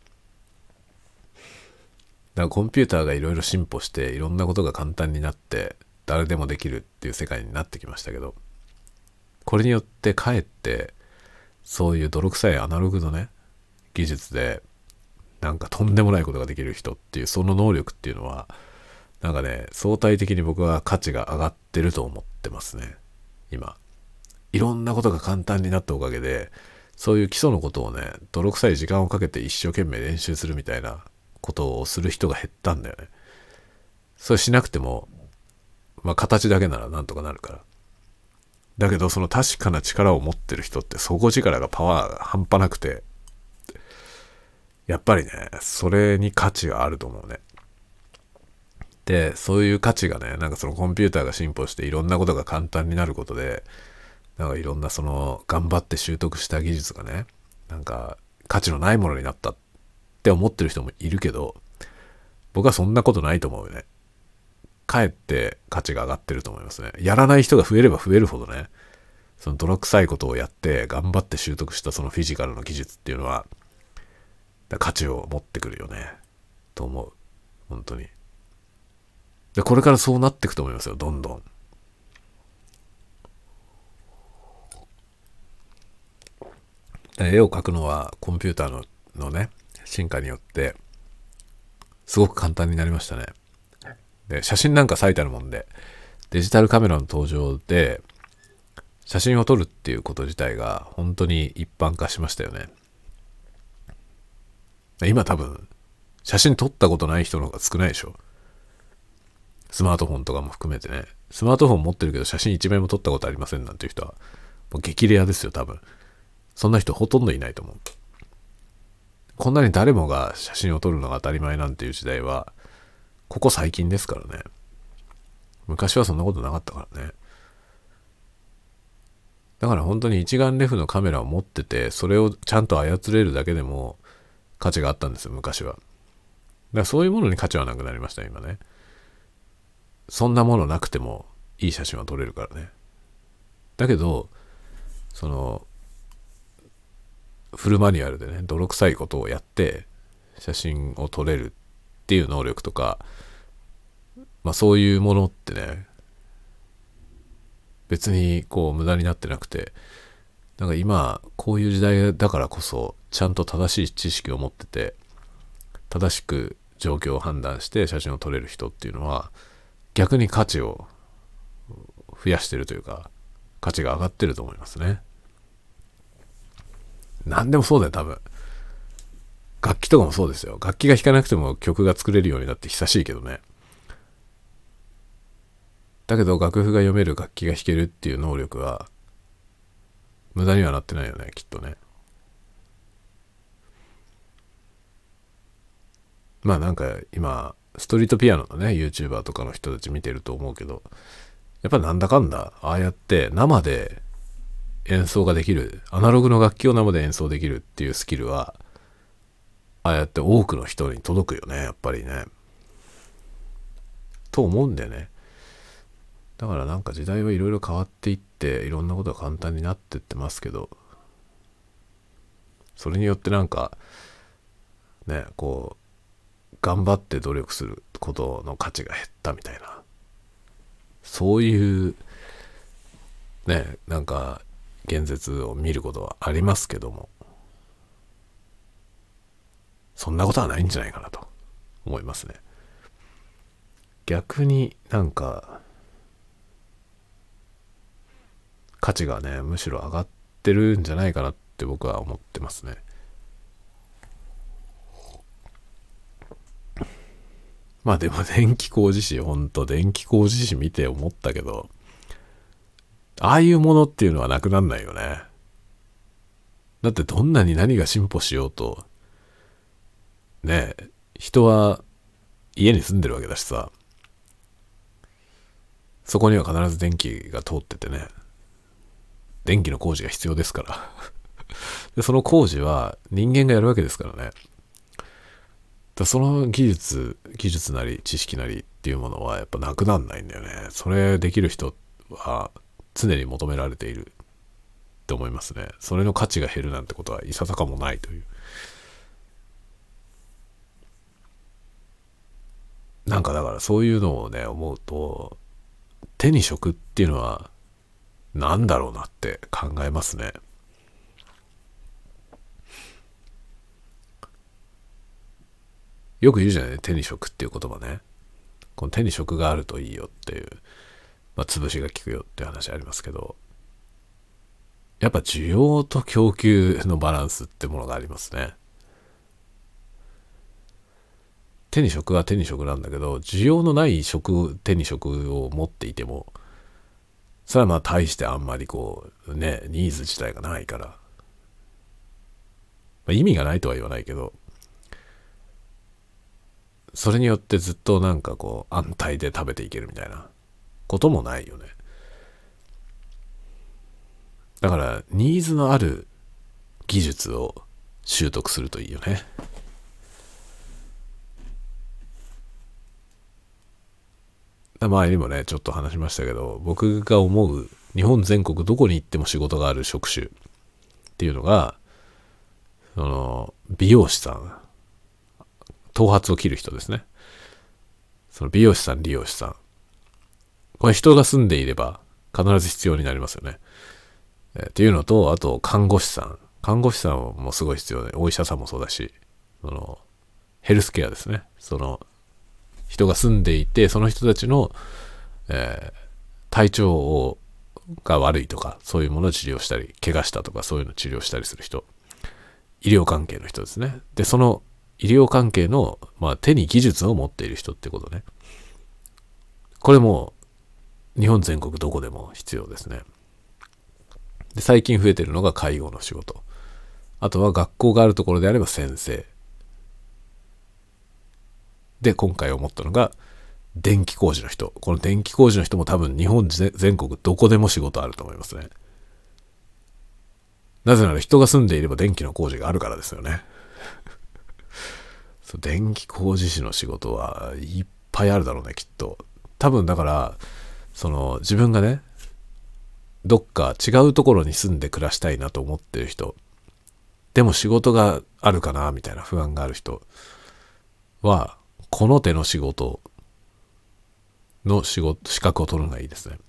からコンピューターがいろいろ進歩していろんなことが簡単になって誰でもできるっていう世界になってきましたけど、これによってかえってそういう泥臭いアナログのね技術でなんかとんでもないことができる人っていうその能力っていうのはなんかね相対的に僕は価値が上がってると思ってますね。今いろんなことが簡単になったおかげでそういう基礎のことをね泥臭い時間をかけて一生懸命練習するみたいなことをする人が減ったんだよね。それしなくてもまあ形だけならなんとかなるから。だけどその確かな力を持ってる人って底力がパワーが半端なくて、やっぱりねそれに価値があると思うね。でそういう価値がねなんかそのコンピューターが進歩していろんなことが簡単になることでなんかいろんなその頑張って習得した技術がねなんか価値のないものになったって思ってる人もいるけど、僕はそんなことないと思うよね。かえって価値が上がってると思いますね。やらない人が増えれば増えるほどね、その泥臭いことをやって頑張って習得したそのフィジカルの技術っていうのは価値を持ってくるよねと思う。本当に。でこれからそうなっていくと思いますよ、どんどん。絵を描くのはコンピューターのね進化によってすごく簡単になりましたね。で写真なんか最たるもんでデジタルカメラの登場で写真を撮るっていうこと自体が本当に一般化しましたよね。今多分写真撮ったことない人の方が少ないでしょ。スマートフォンとかも含めてね。スマートフォン持ってるけど写真一枚も撮ったことありませんなんていう人はもう激レアですよ多分。そんな人ほとんどいないと思う。こんなに誰もが写真を撮るのが当たり前なんていう時代はここ最近ですからね。昔はそんなことなかったからね。だから本当に一眼レフのカメラを持っててそれをちゃんと操れるだけでも価値があったんですよ昔は。だからそういうものに価値はなくなりました今ね。そんなものなくてもいい写真は撮れるからね。だけどそのフルマニュアルでね泥臭いことをやって写真を撮れるっていう能力とか、まあそういうものってね別にこう無駄になってなくて、なんか今こういう時代だからこそちゃんと正しい知識を持ってて正しく状況を判断して写真を撮れる人っていうのは逆に価値を増やしてるというか価値が上がってると思いますね。何でもそうだよ多分。楽器とかもそうですよ。楽器が弾かなくても曲が作れるようになって久しいけどね。だけど楽譜が読める楽器が弾けるっていう能力は無駄にはなってないよねきっとね。まあなんか今ストリートピアノのね YouTuber とかの人たち見てると思うけど、やっぱなんだかんだああやって生で演奏ができる、アナログの楽器を生で演奏できるっていうスキルはああやって多くの人に届くよねやっぱりねと思うんだよね。だからなんか時代はいろいろ変わっていっていろんなことが簡単になってってますけど、それによってなんかねこう頑張って努力することの価値が減ったみたいな、そういうねなんか現実を見ることはありますけども、そんなことはないんじゃないかなと思いますね。逆になんか価値がね、むしろ上がってるんじゃないかなって僕は思ってますね。まあでも電気工事士、ほんと電気工事士見て思ったけど、ああいうものっていうのはなくなんないよね。だってどんなに何が進歩しようと、ねえ、人は家に住んでるわけだしさ、そこには必ず電気が通っててね、電気の工事が必要ですからで、その工事は人間がやるわけですからね。その技術なり知識なりっていうものはやっぱなくなんないんだよね。それできる人は常に求められているって思いますね。それの価値が減るなんてことはいささかもないという。なんかだからそういうのをね、思うと、手に職っていうのは何だろうなって考えますね。よく言うじゃない、手に職っていう言葉ね。この手に職があるといいよっていう、まあ、潰しが効くよって話ありますけど、やっぱ需要と供給のバランスってものがありますね。手に職は手に職なんだけど、需要のない手に職を持っていても、それはまあ大してあんまりこうね、ニーズ自体がないから、まあ、意味がないとは言わないけど、それによってずっとなんかこう安泰で食べていけるみたいなこともないよね。だからニーズのある技術を習得するといいよね。前にもねちょっと話しましたけど、僕が思う日本全国どこに行っても仕事がある職種っていうのが、その美容師さん、頭髪を切る人ですね。その美容師さん、理容師さん、これ人が住んでいれば必ず必要になりますよね。っていうのと、あと看護師さん、看護師さんもすごい必要で、お医者さんもそうだし、そのヘルスケアですね。その人が住んでいて、その人たちの、体調が悪いとか、そういうものを治療したり、怪我したとか、そういうのを治療したりする人、医療関係の人ですね。で、その医療関係の、まあ、手に技術を持っている人ってことね。これも日本全国どこでも必要ですね。で、最近増えてるのが介護の仕事。あとは学校があるところであれば先生。で、今回思ったのが電気工事の人。この電気工事の人も多分日本全国どこでも仕事あると思いますね。なぜなら人が住んでいれば電気の工事があるからですよね。そう、電気工事士の仕事はいっぱいあるだろうね、きっと。多分だから、その自分がね、どっか違うところに住んで暮らしたいなと思ってる人、でも仕事があるかなみたいな不安がある人は、この手の仕事の資格を取るのがいいですね。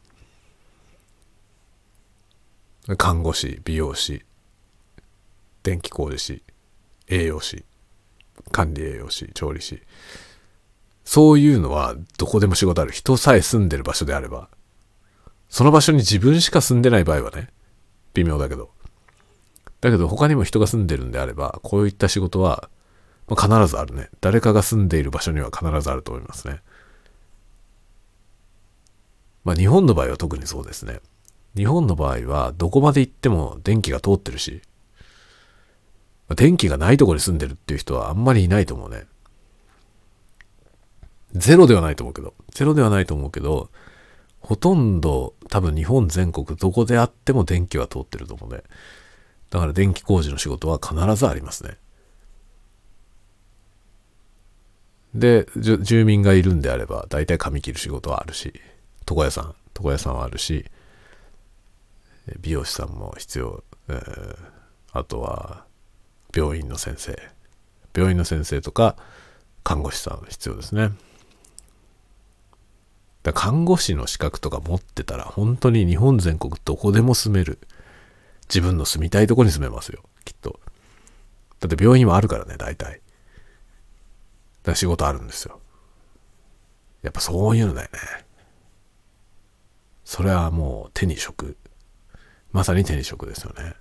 看護師、美容師、電気工事士、栄養士、管理栄養士、調理師。そういうのはどこでも仕事ある。人さえ住んでる場所であれば。その場所に自分しか住んでない場合はね、微妙だけど。だけど他にも人が住んでるんであれば、こういった仕事は必ずあるね。誰かが住んでいる場所には必ずあると思いますね。まあ日本の場合は特にそうですね。日本の場合はどこまで行っても電気が通ってるし、電気がないところに住んでるっていう人はあんまりいないと思うね。ゼロではないと思うけど、ほとんど多分日本全国どこであっても電気は通ってると思うね。だから電気工事の仕事は必ずありますね。で、住民がいるんであれば大体髪切る仕事はあるし、床屋さんはあるし、美容師さんも必要、あとは病院の先生とか看護師さん必要ですね。看護師の資格とか持ってたら本当に日本全国どこでも住める。自分の住みたいとこに住めますよ、きっと。だって病院はあるからね、大体。だから仕事あるんですよ。やっぱそういうのだよね。それはもう手に職。 まさに手に職ですよね。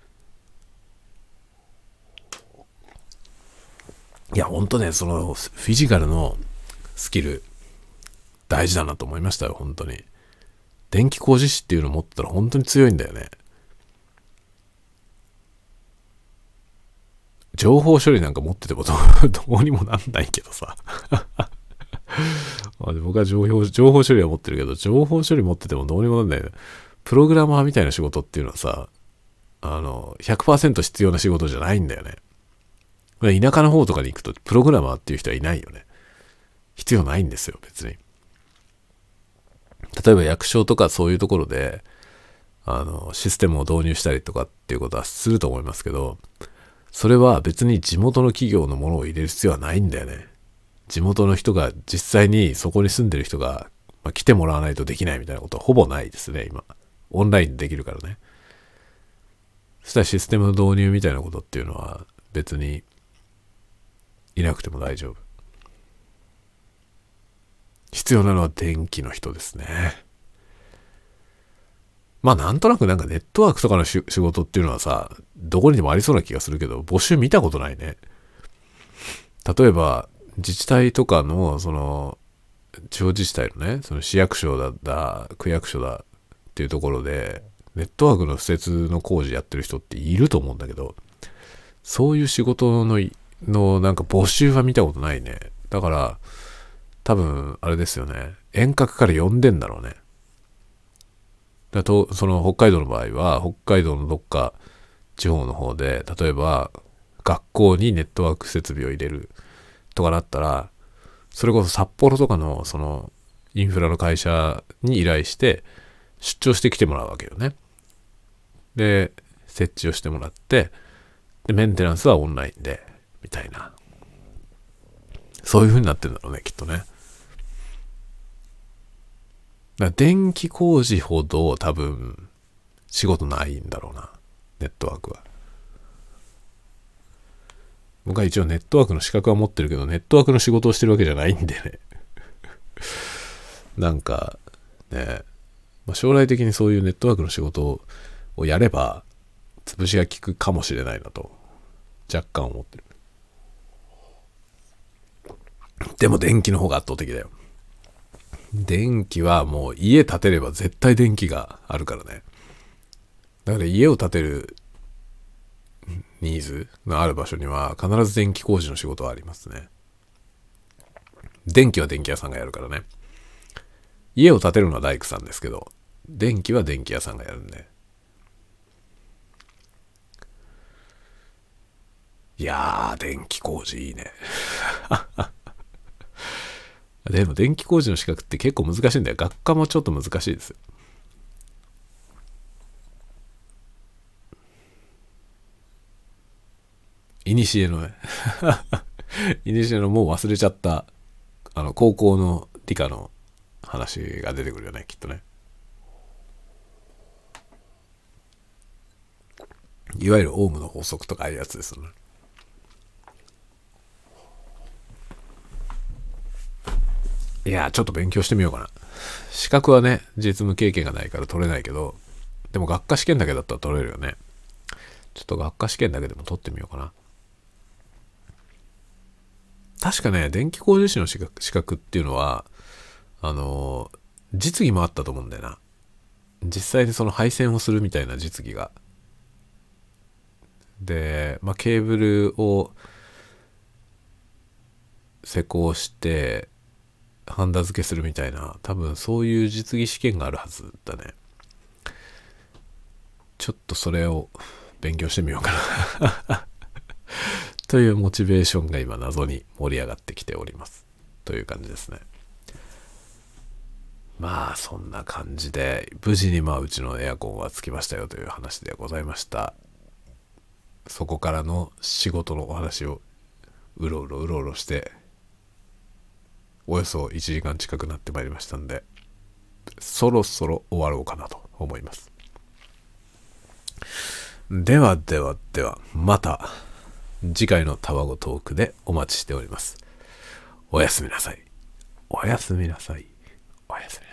いやほんとね、そのフィジカルのスキル大事だなと思いましたよ。本当に電気工事士っていうのを持ったら本当に強いんだよね。情報処理なんか持っててもどうにもなんないけどさ僕は情報処理は持ってるけど、情報処理持っててもどうにもなんないね。プログラマーみたいな仕事っていうのはさ、100% 必要な仕事じゃないんだよね。田舎の方とかに行くとプログラマーっていう人はいないよね。必要ないんですよ、別に。例えば役所とかそういうところでシステムを導入したりとかっていうことはすると思いますけど、それは別に地元の企業のものを入れる必要はないんだよね。地元の人が実際にそこに住んでる人が、来てもらわないとできないみたいなことはほぼないですね、今。オンラインでできるからね。そしたらシステムの導入みたいなことっていうのは別にいなくても大丈夫。必要なのは電気の人ですね。なんとなくなんかネットワークとかの仕事っていうのはさ、どこにでもありそうな気がするけど、募集見たことないね。例えば自治体とかのその地方自治体のね、その市役所だ区役所だっていうところでネットワークの施設の工事やってる人っていると思うんだけど、そういう仕事のなんか募集は見たことないね。だから多分あれですよね、遠隔から呼んでんだろうね。その北海道の場合は北海道のどっか地方の方で、例えば学校にネットワーク設備を入れるとかだったら、それこそ札幌とかのそのインフラの会社に依頼して出張してきてもらうわけよね。で設置をしてもらって、でメンテナンスはオンラインでみたいな、そういう風になってるんだろうね、きっとね。だから電気工事ほど多分仕事ないんだろうな、ネットワークは。僕は一応ネットワークの資格は持ってるけど、ネットワークの仕事をしてるわけじゃないんでねなんかね、将来的にそういうネットワークの仕事をやれば潰しが効くかもしれないなと若干思ってる。でも電気の方が圧倒的だよ。電気はもう家建てれば絶対電気があるからね。だから家を建てるニーズのある場所には必ず電気工事の仕事はありますね。電気は電気屋さんがやるからね。家を建てるのは大工さんですけど、電気は電気屋さんがやるんで。いやー、電気工事いいねでも電気工事の資格って結構難しいんだよ。学科もちょっと難しいですよ。いにしえのねいにしえのもう忘れちゃった高校の理科の話が出てくるよね、きっとね。いわゆるオウムの法則とかああいうやつですよね。いやちょっと勉強してみようかな。資格はね、実務経験がないから取れないけど、でも学科試験だけだったら取れるよね。ちょっと学科試験だけでも取ってみようかな。確かね、電気工事士の資格っていうのは実技もあったと思うんだよな。実際にその配線をするみたいな実技が。で、ケーブルを施工してハンダ付けするみたいな、多分そういう実技試験があるはずだね。ちょっとそれを勉強してみようかなというモチベーションが今謎に盛り上がってきておりますという感じですね。そんな感じで無事にうちのエアコンはつきましたよという話でございました。そこからの仕事のお話をうろうろしておよそ1時間近くなってまいりましたんで、そろそろ終わろうかなと思います。ではまた次回のたわごトークでお待ちしております。おやすみなさい。おやすみなさい。おやすみなさい。